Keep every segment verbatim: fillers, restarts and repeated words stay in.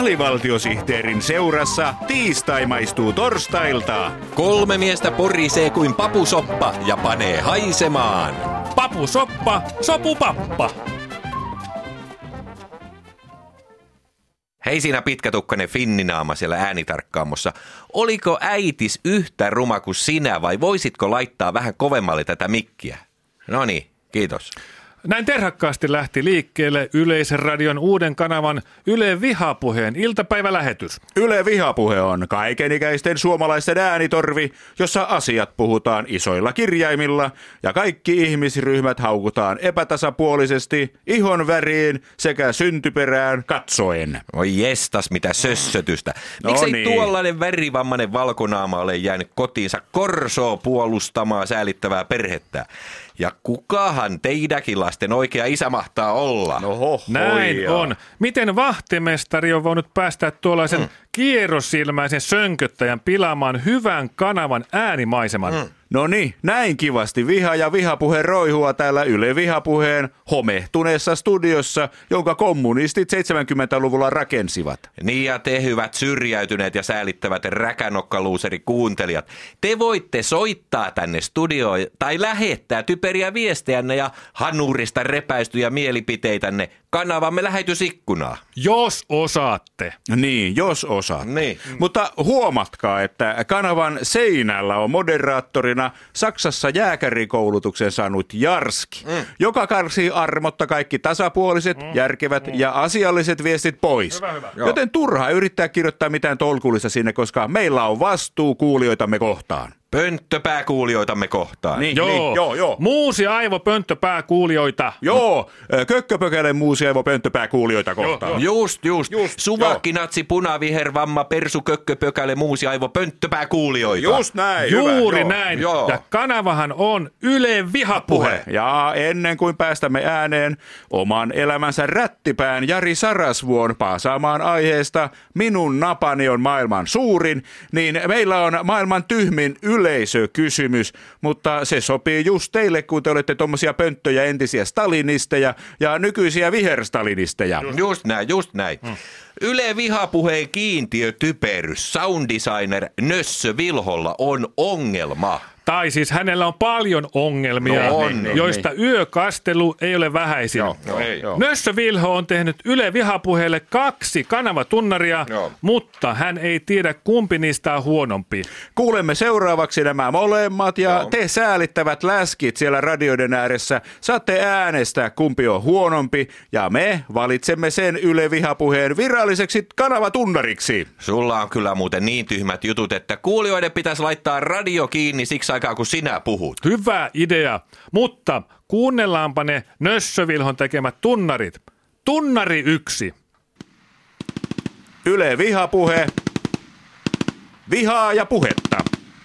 alivaltiosihteerin seurassa tiistai maistuu torstailta. Kolme miestä porisee kuin papusoppa ja panee haisemaan. Papusoppa, sopupappa. Hei siinä pitkätukkainen finninaama siellä äänitarkkaamossa. Oliko äitis yhtä ruma kuin sinä vai voisitko laittaa vähän kovemmalle tätä mikkiä? No niin, kiitos. Näin terhakkaasti lähti liikkeelle Yleisradion uuden kanavan Yle Vihapuheen iltapäivälähetys. Yle Vihapuhe on kaikenikäisten suomalaisten äänitorvi, jossa asiat puhutaan isoilla kirjaimilla ja kaikki ihmisryhmät haukutaan epätasapuolisesti, ihon väriin sekä syntyperään katsoen. Oi jestas, mitä sössötystä. No Miksei niin. tuollainen värivammainen valkonaama ole jäänyt kotiinsa korsoo puolustamaan säälittävää perhettä? Ja kukahan teidäkin lasten oikea isä mahtaa olla? No hohoja. Näin on. Miten vahtimestari on voinut päästää tuollaisen mm. kierrosilmäisen sönköttäjän pilaamaan hyvän kanavan äänimaiseman? Mm. No niin, näin kivasti viha ja vihapuhe roihua täällä Yle Vihapuheen homehtuneessa studiossa, jonka kommunistit seitsemänkymmentäluvulla rakensivat. Niin ja te hyvät syrjäytyneet ja säälittävät räkänokkaluuseri kuuntelijat. Te voitte soittaa tänne studioon tai lähettää typeriä viestejänne ja hanurista repäistyjä mielipiteitänne kanavamme lähetysikkunaa. Jos osaatte. Niin, jos osaat. Niin. Mutta huomatkaa, että kanavan seinällä on moderaattorina Saksassa jääkärikoulutuksen saanut Jarski, mm. joka karsii armotta kaikki tasapuoliset, mm. järkevät mm. ja asialliset viestit pois. Hyvä, hyvä. Joten turha yrittää kirjoittaa mitään tolkullista sinne, koska meillä on vastuu kuulijoitamme kohtaan. Pönttöpääkuulijoitamme kohtaan. Niin, Joo, niin, joo, joo. Muusi aivo-pönttöpääkuulijoita. Joo, kökköpökälen muusiaivo pönttöpääkuulijoita kohtaan. joo. Just, just. Just, Suvakki, natsi, puna, viher, vamma, persu, kökkö, pökäle, muusi, aivo, pönttö,pääkuulijoita. Just näin. Juuri hyvä, näin. Joo. Ja kanavahan on Yle Vihapuhe. Ja ennen kuin päästämme ääneen oman elämänsä rättipään Jari Sarasvuon paasaamaan aiheesta Minun napani on maailman suurin, niin meillä on maailman tyhmin yleisökysymys, mutta se sopii just teille, kun te olette tommosia pönttöjä entisiä stalinisteja ja nykyisiä viherstalinisteja. Just näin, just näin. Hmm. Yle Vihapuheen kiintiötyperys sounddesigner Nössö Vilholla on ongelma. Tai siis hänellä on paljon ongelmia, No on, niin, joista niin. yökastelu ei ole vähäisin. Joo, joo, ei. joo. Nössö Vilho on tehnyt Yle Vihapuheelle kaksi kanavatunnaria, Joo. mutta hän ei tiedä, kumpi niistä on huonompi. Kuulemme seuraavaksi nämä molemmat ja Joo. te säälittävät läskit siellä radioiden ääressä saatte äänestää, kumpi on huonompi ja me valitsemme sen Yle Vihapuheen viralliseksi kanavatunnariksi. Sulla on kyllä muuten niin tyhmät jutut, että kuulijoiden pitäisi laittaa radio kiinni siksi aikaa, kun sinä puhut. Hyvä idea, mutta kuunnellaanpa ne Nössö Vilhon tekemät tunnarit. Tunnari yksi. Yle Vihapuhe. Vihaa ja puhetta.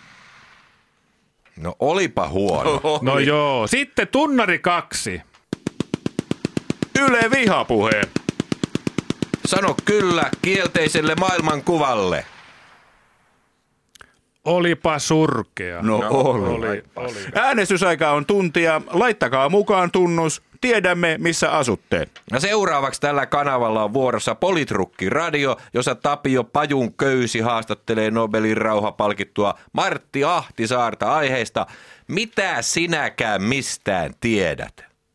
No olipa huono. No joo, sitten tunnari kaksi. Yle Vihapuhe. Sano kyllä kielteiselle maailmankuvalle. Olipa surkea. No, No, oli. oli, oli. Äänestysaika on tuntia. Laittakaa mukaan tunnus. Tiedämme, missä asutte. Ja seuraavaksi tällä kanavalla on vuorossa Politrukki Radio, jossa Tapio Pajun köysi haastattelee Nobelin rauhapalkittua Martti Ahtisaarta aiheesta Mitä sinäkään mistään tiedät?